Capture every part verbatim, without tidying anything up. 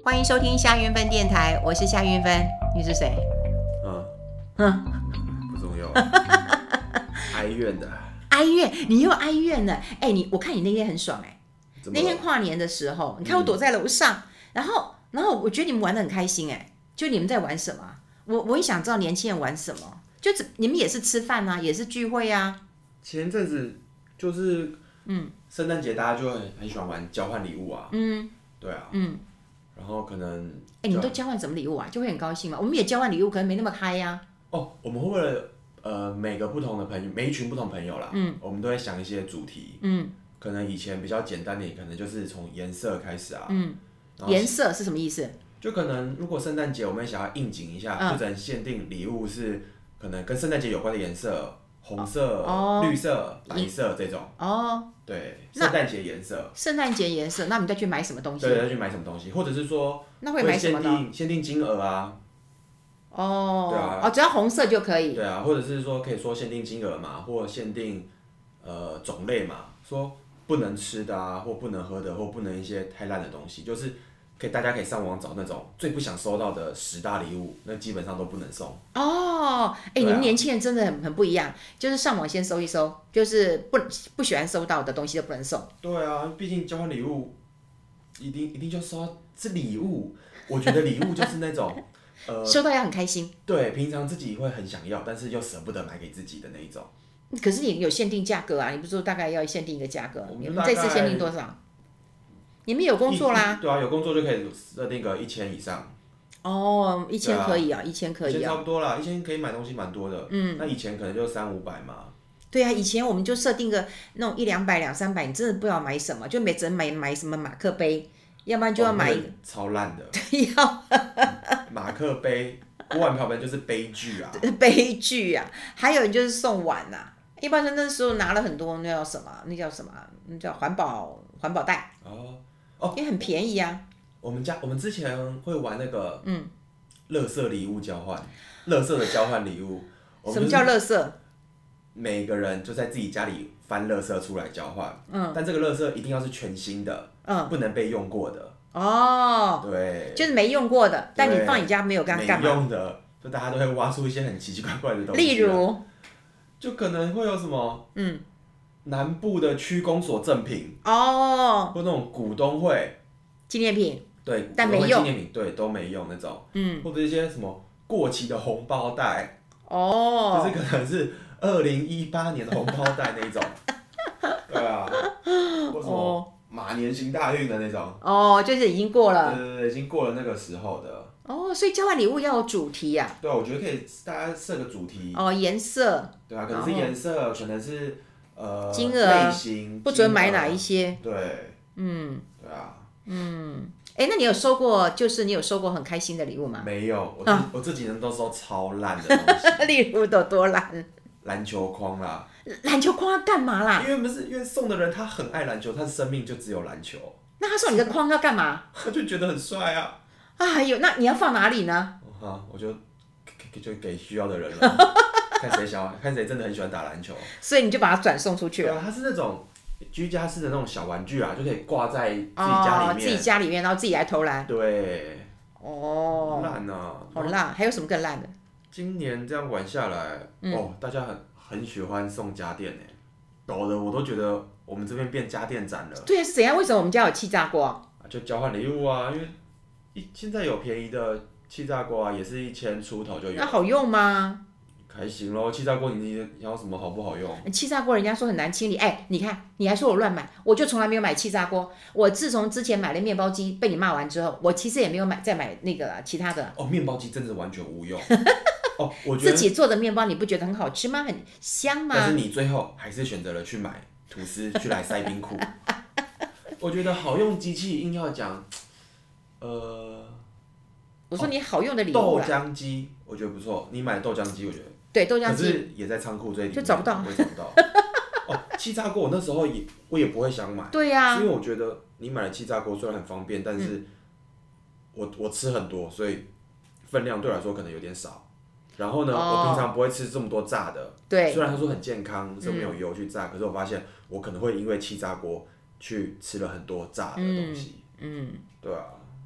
欢迎收听夏云芬电台，我是夏云芬，你是谁？ 嗯嗯， 不重要。哀怨的， 哀怨，你又哀怨了。哎、欸，你我看你那天很爽哎、欸，那天跨年的时候，你看我躲在楼上，嗯、然后然后我觉得你们玩得很开心哎、欸，就你们在玩什么？我我也想知道年轻人玩什么，就你们也是吃饭啊，也是聚会啊。 前阵子就是嗯，圣诞节大家就很很喜欢玩交换礼物啊，嗯，对啊，嗯。然后可能， 哎、欸，你们都交换什么礼物啊？就会很高兴吗？我们也交换礼物，可能没那么嗨呀、 啊。哦，我们会为了呃每个不同的朋友，每一群不同朋友啦，嗯，我们都会想一些主题，嗯，可能以前比较简单点，可能就是从颜色开始啊，嗯， 颜色是什么意思？ 就可能如果圣诞节我们想要应景一下，嗯、就只能限定礼物是可能跟圣诞节有关的颜色。红色、哦、绿色、白色这种哦，对，圣诞节颜色。 圣诞节颜色，那你再去买什么东西？ 对，再去买什么东西，或者是说， 那会买什么呢？ 限定限定金额啊。 哦，对啊，哦，只要红色就可以。 对啊，或者是说可以说限定金额嘛，或限定呃种类嘛，说不能吃的啊，或不能喝的，或不能一些太烂的东西，就是。可以，大家可以上网找那种最不想收到的十大礼物，那基本上都不能送。 哦，哎、欸，啊、你们年轻人真的很很不一样，就是上网先搜一搜，就是不不喜欢收到的东西都不能送。 对啊，毕竟交换礼物，一定一定就收到是礼物。我觉得礼物就是那种，呃， 收到要很开心。 对，平常自己会很想要，但是又舍不得买给自己的那一种。 可是你有限定价格啊？你不是说大概要限定一个价格？你们这次限定多少？你们有工作啦？ 对啊，有工作就可以设定个一千以上。 哦，一千可以啊，一千可以啊。 一千差不多啦，一千可以买东西蛮多的。嗯，那以前可能就三五百嘛。 对啊，以前我们就设定个那种一两百、两三百，你真的不知道买什么，就没只能买买什么马克杯，要不然就要买、 哦、超烂的。 对，要马克杯、锅碗瓢盆就是悲剧啊。 悲剧啊！还有就是送碗呐、啊，一般人那时候拿了很多，那叫什么？那叫什么？那叫环保环保袋。哦。哦，也很便宜啊。 我们家我们之前会玩那个，嗯，垃圾礼物交换，垃圾的交换礼物。 什么叫垃圾？ 每个人就在自己家里翻垃圾出来交换，嗯，但这个垃圾一定要是全新的，嗯，不能被用过的。 哦， 对， 就是没用过的，但你放你家没有干干嘛？ 没用的，就大家都会挖出一些很奇奇怪怪的东西。 例如， 就可能会有什么，嗯。南部的区公所赠品哦， 或那种股东会纪念品， 对， 但没用， 纪念品对都没用那种，嗯，或者一些什么过期的红包袋， 哦， 就是可能是二零一八年的红包袋那一种，对啊，或什么马年行大运的那种， 哦，就是已经过了， 对对对，已经过了那个时候的。 哦，所以交换礼物要有主题呀、啊。 对啊，我觉得可以大家设个主题。 哦，颜色。 对啊，可能是颜色，可能是。呃， 金额类型不准买哪一些？ 对，嗯，对啊， 嗯，哎、欸，那你有收过，就是你有收过很开心的礼物吗？ 没有，我这、啊、我这几年都收超烂的东西。 例如都多烂？ 篮球框啦。 篮球框要干嘛啦？ 因为不是，因为送的人他很爱篮球，他的生命就只有篮球。 那他送你的框要干嘛？ 他就觉得很帅啊。 哎呦，那你要放哪里呢？ 啊，我就就给需要的人了。看谁想要，看谁真的很喜欢打篮球， 所以你就把它转送出去了。 对啊，它是那种居家式的那种小玩具啊，就可以挂在自己家里面、哦， 自己家里面，然后自己来投篮。 对， 哦， 烂啊， 好烂！还有什么更烂的？ 今年这样玩下来，嗯、哦，大家很很喜欢送家电呢，搞得我都觉得我们这边变家电展了。 对啊，谁啊？为什么我们家有气炸锅？ 就交换礼物啊，因为一现在有便宜的气炸锅啊，也是一千出头就有。 那好用吗？ 还行咯，气炸锅你要什么好不好用？ 气炸锅人家说很难清理，哎、欸，你看你还说我乱买，我就从来没有买气炸锅。我自从之前买了面包机被你骂完之后，我其实也没有买再买那个其他的。 哦，面包机真的完全无用。哦，我觉得自己做的面包你不觉得很好吃吗？很香吗？ 但是你最后还是选择了去买吐司去来塞冰库。我觉得好用机器硬要讲，呃， 我说你好用的礼物啦。 豆浆机我觉得不错，你买豆浆机我觉得。 对，豆浆机， 可是也在仓库这里就找不到， 我也找不到。哦，气炸锅我那时候也我也不会想买， 对呀、啊， 是因为我觉得你买了气炸锅虽然很方便，但是我、嗯、我吃很多，所以分量对我来说可能有点少。然后呢，哦、我平常不会吃这么多炸的， 对， 虽然他说很健康，是没有油去炸，嗯、可是我发现我可能会因为气炸锅去吃了很多炸的东西。嗯，嗯对啊。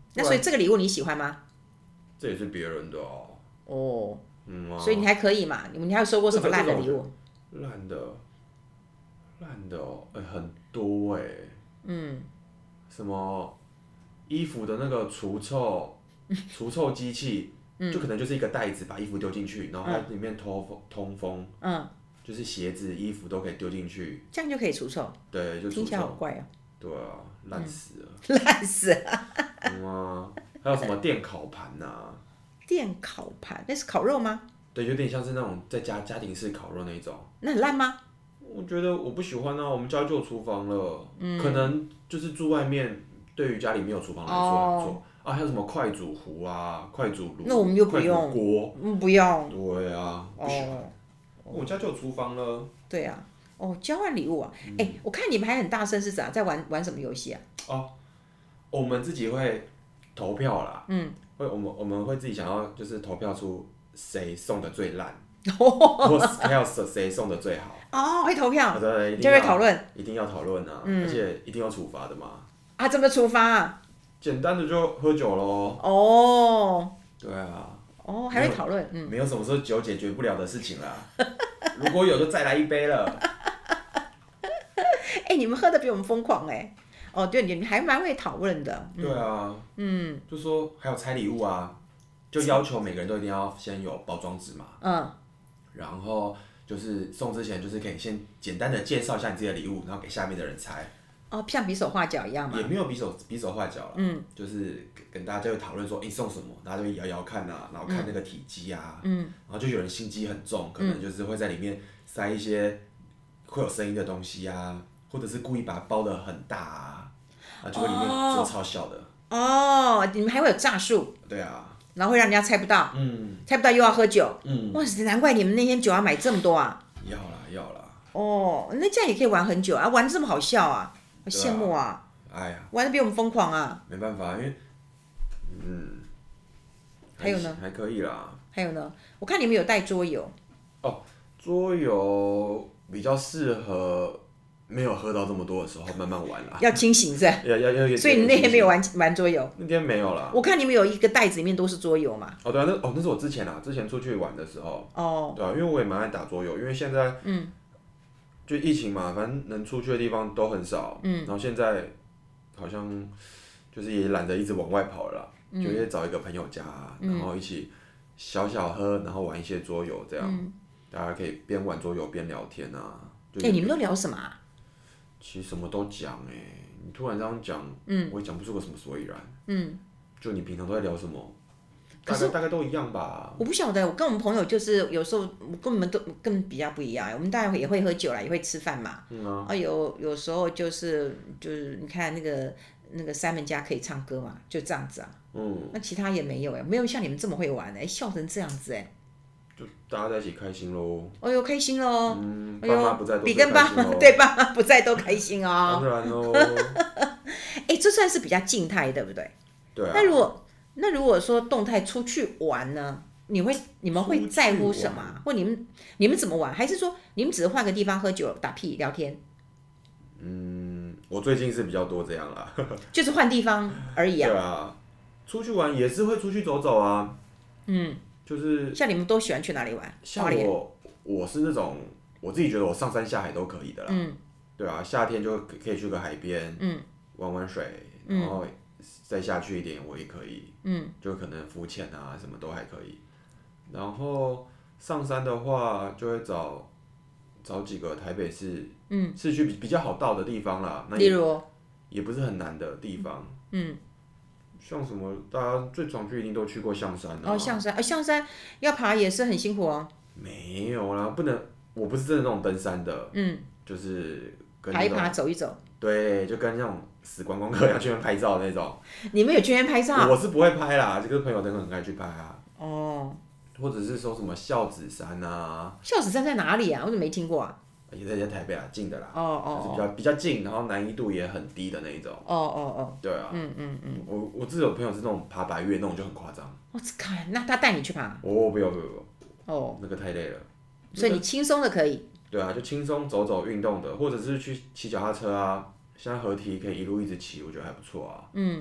那所以这个礼物你喜欢吗？ 这也是别人的哦。 哦， 嗯啊， 所以你还可以嘛？你们你还有收过什么烂的礼物？ 烂的，烂的哦，哎、很多哎、嗯，什么衣服的那个除臭除臭机器，嗯、就可能就是一个袋子，把衣服丢进去，然后它里面通风通风，嗯，就是鞋子、衣服都可以丢进去， 这样就可以除臭。 对，就除臭。 听起来好怪哦。 对啊，烂死了。 烂、嗯、死了。 嗯啊，还有什么电烤盘呐、啊？ 电烤盘那是烤肉吗？ 对，有点像是那种在家家庭式烤肉那一种。 那很烂吗？ 我觉得我不喜欢啊，我们家就有厨房了，嗯、可能就是住外面，对于家里没有厨房来说很不错。啊，还有什么快煮壶啊、快煮炉？ 那我们就不用锅， 嗯，不用。 对啊，不喜欢。哦、我家就有厨房了。 对啊，哦，交换礼物啊，哎、嗯欸，我看你们还很大声，是咋在玩玩什么游戏啊？ 哦，我们自己会投票啦，嗯，会我们我们会自己想要就是投票出谁送的最烂。或还有谁送的最好？ 哦，会投票， 对， 就会讨论， 一定要讨论啊，嗯、而且一定要处罚的嘛。 啊，怎么处罚啊？ 简单的就喝酒咯。 哦。 对啊。 哦，还会讨论，嗯。 没有什么是酒解决不了的事情啦。如果有就再来一杯了。 哎、欸，你们喝的比我们疯狂哎、欸！哦，对，你们还蛮会讨论的。 嗯、对啊。嗯。就说还有拆礼物啊。就要求每个人都一定要先有包装纸嘛，嗯，然后就是送之前就是可以先简单的介绍一下你自己的礼物，然后给下面的人猜。 哦，像比手画脚一样嘛？ 也没有比手比手画脚了，嗯，就是跟大家就会讨论说，你、欸、送什么，大家就会摇摇看啊，然后看那个体积啊，嗯，然后就有人心机很重，可能就是会在里面塞一些会有声音的东西啊，或者是故意把它包得很大啊，啊，结果里面只有超小的。 哦，你们还会有诈术？ 对啊。 然后会让人家猜不到，嗯，猜不到又要喝酒，嗯，哇塞，难怪你们那天酒要买这么多啊！ 要啦要啦。 哦，那这样也可以玩很久啊，玩得这么好笑啊，好羡慕啊！ 哎呀， 玩得比我们疯狂啊！ 没办法，因为，嗯， 还有呢？ 还可以啦。 还有呢？我看你们有带桌游。 哦，桌游比较适合。没有喝到这么多的时候，慢慢玩啦。 要清醒是吧？ 要要要。 所以你那天没有玩玩桌游？ 那天没有啦。 我看你们有一个袋子里面都是桌游嘛。 哦，对啊，那哦那是我之前啊，之前出去玩的时候。哦。对啊，因为我也蛮爱打桌游，因为现在嗯，就疫情嘛，反正能出去的地方都很少。嗯。然后现在好像就是也懒得一直往外跑了啦，嗯、就会找一个朋友家，然后一起小小喝，然后玩一些桌游这样，嗯、大家可以边玩桌游边聊天啊。 哎、欸，你们都聊什么啊？ 其实什么都讲哎、欸，你突然这样讲，嗯，我也讲不出个什么所以然。嗯，就你平常都在聊什么？大概大概都一样吧。 我不晓得，我跟我们朋友就是有时候跟我们都跟比较不一样。我们大家也会喝酒啦，也会吃饭嘛。嗯啊。啊有有时候就是就是你看那个那个Simon家可以唱歌嘛，就这样子啊。嗯。那其他也没有哎、欸，没有像你们这么会玩哎、欸，笑成这样子哎、欸。 就大家在一起开心喽！ 哎呦，开心喽！ 嗯，爸妈不在都开心咯， 比跟爸妈对爸妈不在都开心哦。 当然喽。 哎、欸，这算是比较静态，对不对？ 对啊。 那如果那如果说动态出去玩呢？你会你们会在乎什么？或你们你们怎么玩？还是说你们只是换个地方喝酒、打屁、聊天？ 嗯，我最近是比较多这样啦。 就是换地方而已啊。 对啊，出去玩也是会出去走走啊。嗯。就是像你们都喜欢去哪里玩？ 像我，我是那种我自己觉得我上山下海都可以的啦。嗯，对啊，夏天就可以去个海边，嗯，玩玩水，然后再下去一点我也可以，嗯，就可能浮潜啊什么都还可以。然后上山的话，就会找找几个台北市，嗯，市区比比较好到的地方啦。 例如， 也不是很难的地方，嗯。像什么，大家最常去一定都去过象山啊。 哦，象山，呃，象山要爬也是很辛苦哦。 没有啦，不能，我不是真的那种登山的，嗯，就是跟爬一爬，走一走。 对，就跟那种死观光客一样去那边拍照的那种。 你们有去那边拍照？ 我是不会拍啦，这个朋友真的很爱去拍啊。哦。或者是说什么孝子山啊？ 孝子山在哪里啊？我怎么没听过啊？ 也在台北啊，近的啦。 哦哦。 就是比较比较近，然后难易度也很低的那一种。 哦哦哦。 对啊。嗯嗯嗯。我我自己有朋友是那种爬百岳那种就很夸张。 我靠，那他带你去爬？ 哦，不要不要不要。哦。那个太累了。 所以你轻松的可以。 对啊，就轻松走走运动的，或者是去骑脚踏车啊。现在合体可以一路一直骑，我觉得还不错啊。嗯。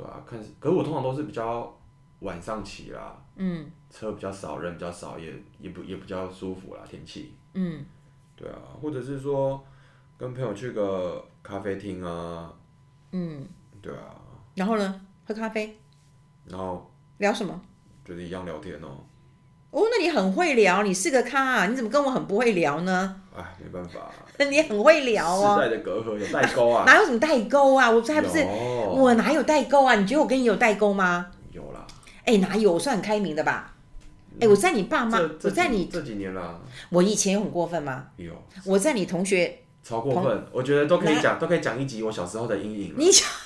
对啊，看，可是我通常都是比较晚上骑啦， 嗯， 车比较少，人比较少，也也不也比较舒服啦，天气。 嗯， 对啊，或者是说跟朋友去个咖啡厅啊， 嗯， 对啊， 然后呢，喝咖啡， 然后聊什么？ 就是一样聊天哦。 哦，那你很会聊，你是个咖啊，你怎么跟我很不会聊呢？ 哎，没办法、啊， 你很会聊哦。 时代的隔阂有代沟啊。 哪有什么代沟啊？我才不是， 有我哪有代沟啊？你觉得我跟你有代沟吗？ 有啦。 哎、哪有？我算很开明的吧？哎、我在你爸妈， 这我在你这几年啦。 我以前有很过分吗？ 有。 我在你同学超过分，我觉得都可以讲，都可以讲一集我小时候的阴影。 你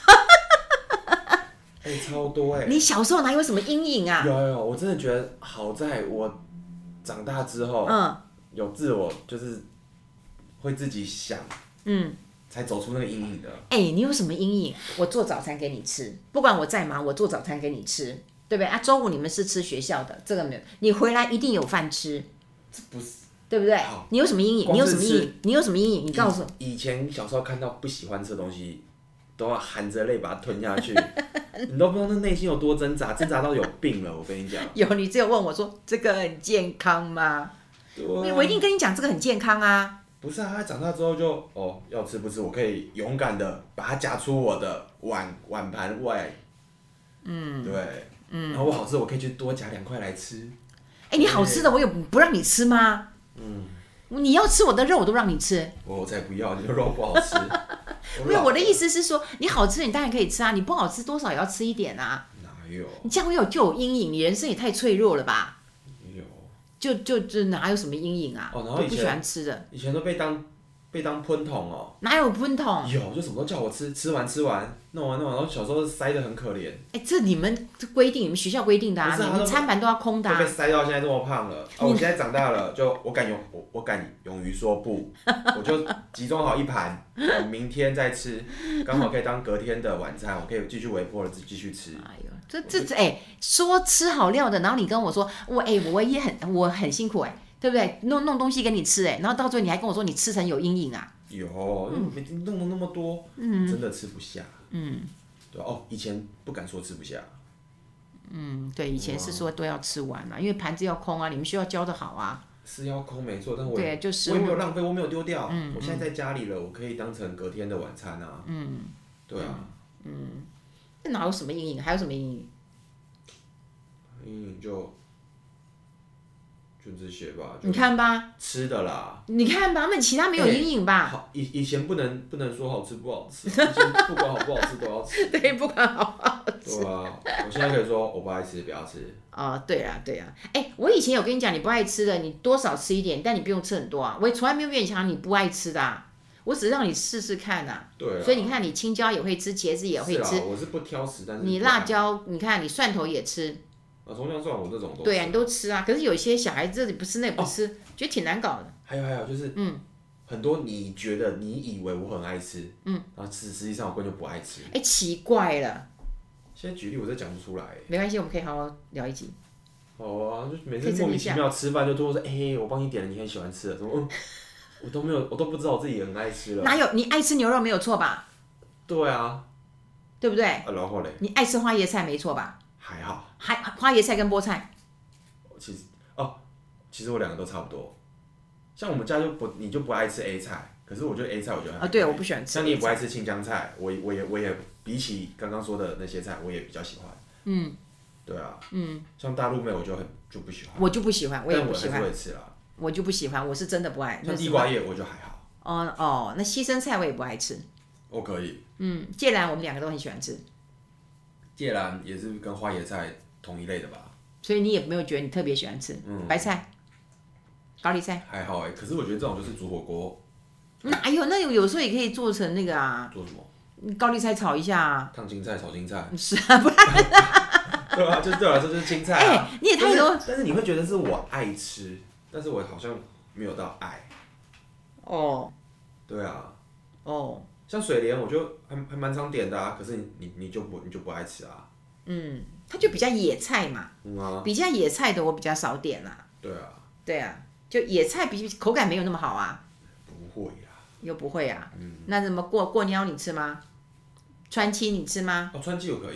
哎、欸，超多哎、欸！ 你小时候哪有什么阴影啊？ 有有有，我真的觉得好在我长大之后，嗯，有自我就是会自己想，嗯，才走出那个阴影的。 哎、欸，你有什么阴影？我做早餐给你吃，不管我再忙，我做早餐给你吃，对不对啊？周五你们是吃学校的，这个没有，你回来一定有饭吃， 这不是对不对？你有什么阴影？你有什么阴影？你有什么阴影？你告诉我。 以前小时候看到不喜欢吃的东西，都要含着泪把它吞下去。你都不知道那内心有多挣扎，挣扎到有病了。我跟你讲， 有你只有问我说这个很健康吗？对啊、我一定跟你讲这个很健康啊。 不是啊，他长大之后就哦要吃不吃，我可以勇敢的把它夹出我的碗碗盘外。嗯，对，嗯，然后我好吃，我可以去多夹两块来吃。 哎、欸，你好吃的我有不让你吃吗？嗯，你要吃我的肉我都让你吃。 我才不要，你的肉不好吃。 没有，我的意思是说，你好吃你当然可以吃啊，你不好吃多少也要吃一点啊。 哪有？ 你这样有就有阴影，你人生也太脆弱了吧？ 有。 就就就哪有什么阴影啊？ 哦，然后以前不喜欢吃的， 以前都被当被当喷桶哦。 哪有喷桶？ 有，就什么都叫我吃，吃完吃完，弄完弄完，然后小时候塞得很可怜。 哎、欸，这你们规定，你们学校规定的啊， 啊你们餐盘都要空的、啊。 被塞到现在这么胖了，啊！我现在长大了，就我敢勇我我敢勇于说不，我就集中好一盘，我明天再吃，刚好可以当隔天的晚餐，我可以继续微波了，继续吃。 哎呦，这这这，哎、欸，说吃好料的，然后你跟我说，我哎、欸，我也很我很辛苦哎、欸，对不对？弄弄东西给你吃哎、欸，然后到最后你还跟我说你吃成有阴影啊？ 有，嗯，每天弄了那么多，嗯，真的吃不下，嗯，对哦，以前不敢说吃不下。 嗯，对，以前是说都要吃完啊，因为盘子要空啊，你们学校教的好啊。 是要空没错，但我对，就是我也没有浪费，我没有丢掉、 嗯。 我现在在家里了，我可以当成隔天的晚餐啊。嗯，对啊。 嗯，那哪有什么阴影？还有什么阴影？ 阴影就就这些吧。 你看吧。 吃的啦。 你看吧，那其他没有阴影吧？ 欸、好，以以前不能不能说好吃不好吃，以前不管好不好吃都要吃。 对，不管好不好吃。 对啊，我现在可以说我不爱吃，不要吃。 哦，对啊，对啊，哎、欸，我以前有跟你讲，你不爱吃的，你多少吃一点，但你不用吃很多啊。我也从来没有勉强你不爱吃的、啊，我只是让你试试看啊。 对啊。 所以你看，你青椒也会吃，茄子也会吃。 是啊，我是不挑食，但是你辣椒，你看你蒜头也吃。 啊，葱姜蒜我这种都吃。 对啊，你都吃啊。可是有一些小孩子这里不吃那也不吃、哦，觉得挺难搞的。 还有还有就是，嗯，很多你觉得你以为我很爱吃，嗯，然后实实际上我根本就不爱吃。 哎、欸，奇怪了。 现在举例我真讲不出来。 没关系，我们可以好好聊一集。 好啊，就每次莫名其妙吃饭就突然说，哎、欸，我帮你点了你很喜欢吃的，什么，嗯，我都没有，我都不知道我自己很爱吃了。 哪有？你爱吃牛肉没有错吧？ 对啊。 对不对？ 啊，然后嘞？ 你爱吃花椰菜没错吧？ 还好。 还花椰菜跟菠菜。 其实哦，其实我两个都差不多。像我们家就不，你就不爱吃 A 菜，可是我觉得 A 菜我觉得很。 啊，对，我不喜欢吃。 像你也不爱吃青江菜，我我也我也比起刚刚说的那些菜，我也比较喜欢。嗯。对啊。嗯。像大陆妹我就很就不喜欢。 我就不喜欢，我也不喜欢。 但我还是会吃啦。 我就不喜欢，我是真的不爱。 像地瓜叶我就还好。 哦哦，那西生菜我也不爱吃。 我可以。 嗯，芥兰我们两个都很喜欢吃。 芥兰也是跟花椰菜同一类的吧？ 所以你也没有觉得你特别喜欢吃、嗯、白菜、高丽菜？ 还好哎、欸，可是我觉得这种就是煮火锅。 哪有？那有时候也可以做成那个啊。 做什么？ 高丽菜炒一下啊。 烫青菜、炒青菜。 是啊，不然。 对啊，就对我来说就是青菜啊。 哎、欸，你也太多但。但是你会觉得是我爱吃，但是我好像没有到爱。 哦。 对啊。 哦。 像水莲，我就还还蛮常点的啊，可是你你你就不你就不爱吃啊。 嗯，它就比较野菜嘛。嗯啊。比较野菜的我比较少点啦。 对啊。 对啊，就野菜比口感没有那么好啊。 不会啊。 又不会啊。嗯。那什么过过年你吃吗？川七你吃吗？ 哦，川七我可以。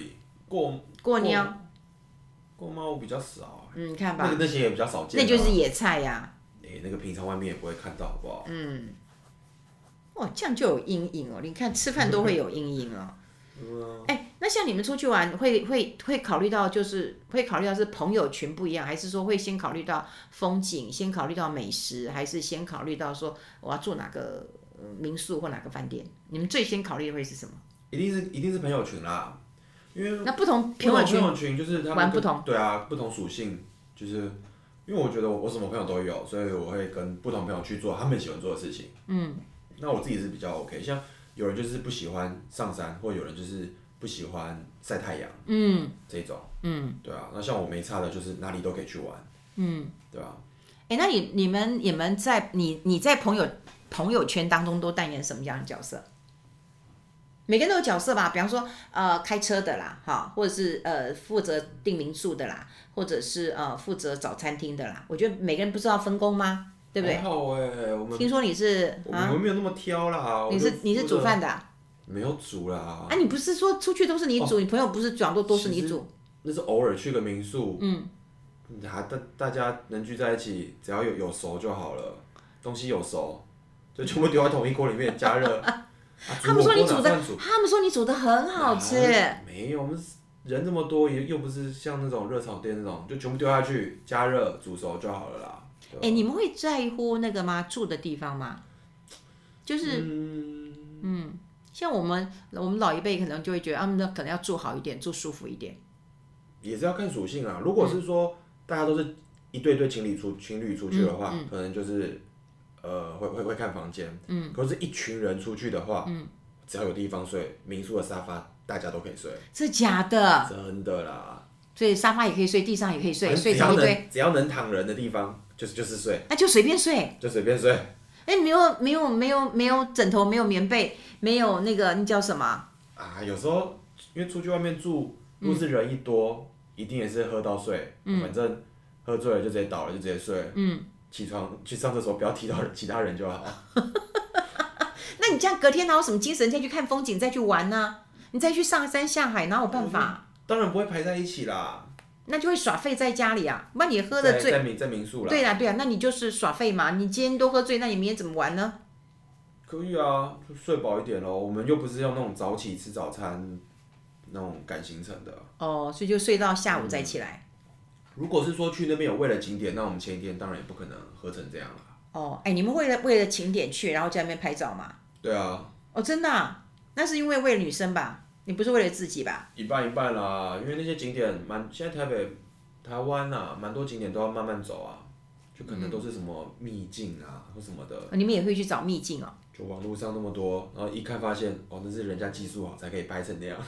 过过喵。 过猫比较少， 嗯，看吧， 那个那些也比较少见、啊， 那就是野菜呀、啊。 哎、欸，那个平常外面也不会看到，好不好？ 嗯，哇，这样就有阴影哦。你看吃饭都会有阴影哦。嗯。哎、欸，那像你们出去玩，会会会考虑到，就是会考虑到是朋友群不一样，还是说会先考虑到风景，先考虑到美食，还是先考虑到说我要住哪个民宿或哪个饭店？你们最先考虑的会是什么？ 一定是一定是朋友群啦。因为那不同朋友群， 朋友群就是他们玩不同， 对啊，不同属性，就是因为我觉得我什么朋友都有，所以我会跟不同朋友去做他们喜欢做的事情。嗯，那我自己是比较 OK， 像有人就是不喜欢上山，或有人就是不喜欢晒太阳，嗯，这种，嗯，对啊，那像我没差的，就是哪里都可以去玩，嗯，对啊。 哎、欸，那你你们你们在你你在朋友朋友圈当中都扮演什么样的角色？每个人都有角色吧，比方说，呃，开车的啦，哈，或者是呃负责订民宿的啦，或者是呃负责找餐厅的啦。我觉得每个人不是要分工吗？对不对？ 还好哎、欸，我们听说你是啊，我们没有那么挑啦。 你是你是煮饭的、啊？ 没有煮啦。 啊，你不是说出去都是你煮，哦、你朋友不是讲都都是你煮？ 那是偶尔去个民宿，嗯，大大大家能聚在一起，只要有有熟就好了，东西有熟，就全部丢在同一锅里面加热。啊、 他们说你煮的，他们说你煮的很好吃。 啊、没有，我们人这么多，又又不是像那种热炒店那种，就全部丢下去加热煮熟就好了啦。 哎、欸，你们会在乎那个吗？住的地方吗？就是，嗯, 嗯，像我们我们老一辈可能就会觉得，他们可能要住好一点，住舒服一点。 也是要看属性啊。如果是说、嗯、大家都是一对对情侣出情侣出去的话，嗯嗯、可能就是。呃，会会会看房间，嗯，可是一群人出去的话，嗯，只要有地方睡，民宿的沙发大家都可以睡。 是假的？ 真的啦。 所以沙发也可以睡，地上也可以睡，睡成一堆。 只要能躺人的地方，就是就是睡。 那就随便睡。 就随便睡。 哎、欸，没有没有没有没有枕头，没有棉被，没有那个那叫什么？ 啊，有时候因为出去外面住，如果是人一多，嗯、一定也是喝到睡，嗯、反正喝醉了就直接倒了，就直接睡。嗯。起床去上厕所，不要踢到其他人就好。 那你这样隔天哪有什么精神再去看风景，再去玩呢、啊？你再去上山下海，哪有办法？ 嗯、当然不会排在一起啦。 那就会耍废在家里啊，不然你喝的醉， 在民在民宿啦。 对啦对啦，那你就是耍废嘛。你今天都喝醉，那你明天怎么玩呢？ 可以啊，就睡饱一点咯。我们又不是要那种早起吃早餐那种赶行程的。 哦，所以就睡到下午再起来。嗯， 如果是说去那边有为了景点，那我们前一天当然也不可能喝成这样啦。 哦，哎、欸，你们为了为了景点去，然后在那边拍照吗？ 对啊。 哦，真的、啊？那是因为为了女生吧？你不是为了自己吧？ 一半一半啦，因为那些景点蛮，现在台北、台湾啊，蛮多景点都要慢慢走啊，就可能都是什么秘境啊、嗯、或什么的、 哦。你们也会去找秘境哦？ 就网络上那么多，然后一看发现，哦，那是人家技术好才可以拍成那样。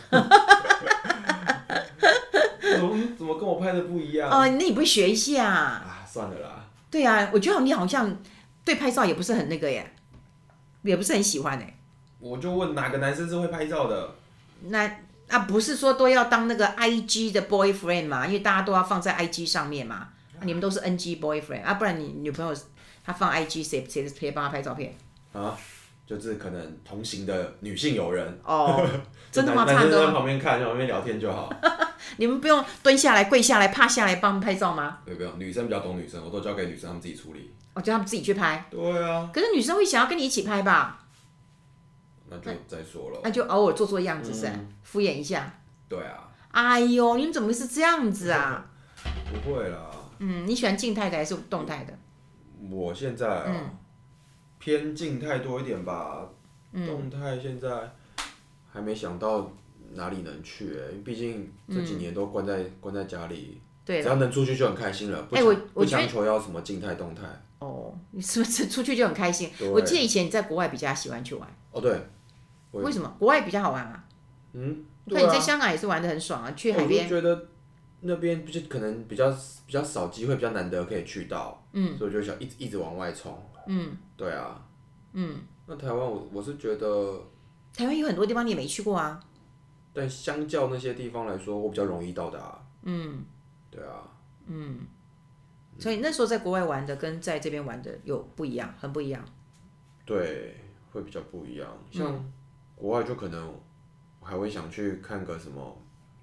怎么怎么跟我拍的不一样？ 哦，那你不会学一下啊？ 啊，算了啦。 对啊，我觉得你好像对拍照也不是很那个耶，也不是很喜欢哎。 我就问哪个男生是会拍照的？ 那啊，不是说都要当那个 I G 的 boyfriend 嘛？因为大家都要放在 I G 上面嘛。啊、你们都是 N G boyfriend 啊，不然你女朋友她放 I G， 谁谁谁帮她拍照片？ 啊，就是可能同行的女性友人。 哦，真的吗？ 男生在旁边看，在旁边聊天就好。 你们不用蹲下来、跪下来、趴下来帮他们拍照吗？ 对，不用，女生比较懂女生，我都交给女生她们自己处理。 我、哦、叫他们自己去拍。 对啊。 可是女生会想要跟你一起拍吧？ 那就再说了。 那就偶尔做做样子是、嗯，敷衍一下。 对啊。 哎呦，你们怎么会是这样子啊？ 不会啦。 嗯，你喜欢静态的还是动态的？ 我现在啊、喔嗯，偏静态多一点吧。嗯、动态现在还没想到哪里能去哎、欸，毕竟这几年都关在、嗯、关在家里。对。只要能出去就很开心了，不强、欸、不强求要什么静态动态。 哦，你是不是出去就很开心？我记得以前你在国外比较喜欢去玩。 哦，对。 为什么？国外比较好玩啊？嗯。对、啊。你在香港也是玩得很爽啊，去海边。 我就觉得那边就可能比较比较少机会，比较难得可以去到。嗯。所以我就想一直一直往外冲。嗯。对啊。嗯。那台湾我我是觉得。 台湾有很多地方你也没去过啊。 但相较那些地方来说，我比较容易到达。嗯。对啊。 嗯。所以那时候在国外玩的跟在这边玩的有不一样，很不一样。 对，会比较不一样。像国外就可能我还会想去看个什么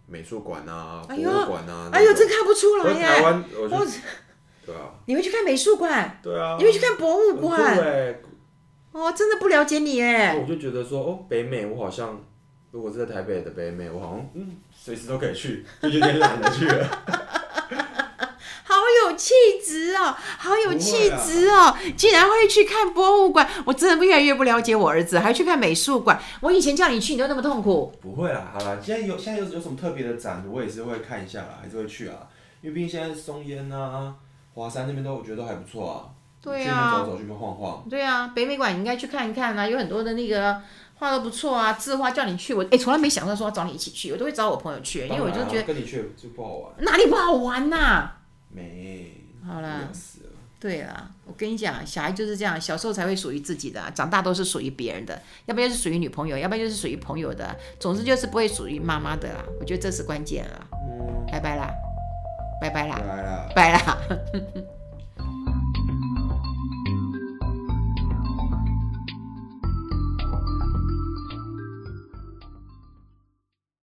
美术馆啊、博哎呦物馆啊。 哎呦，真看不出来耶！ 台湾，我就我对啊， 你会去看美术馆？ 对啊， 你会去看博物很酷馆？ 欸哦，真的不了解你哎。 我就觉得说，哦，北美我好像，如果是在台北的北美，我好像嗯随时都可以去，就有点懒得去了。 好有气质哦，好有气质哦！竟然会去看博物馆，我真的越来越不了解我儿子，还去看美术馆。我以前叫你去，你都那么痛苦。 不会啦，好啦，现在有现在有有什么特别的展，我也是会看一下啦，还是会去啊。因为毕竟现在松烟啊、华山那边都我觉得都还不错啊。 对啊， 去那边走走，去那边晃晃。 对啊，北美馆你应该去看一看啊，有很多的那个画都不错啊，字画叫你去，我哎从来没想到说要找你一起去，我都会找我朋友去，因为我就觉得跟你去就不好玩。 哪里不好玩呐、啊？ 没， 好啦， 死了。 对啦，我跟你讲，小孩就是这样，小时候才会属于自己的、啊，长大都是属于别人的，要不然就是属于女朋友，要不然就是属于朋友的、啊，总之就是不会属于妈妈的啦。我觉得这是关键了。嗯，拜拜啦，拜拜啦， 拜啦， 拜啦。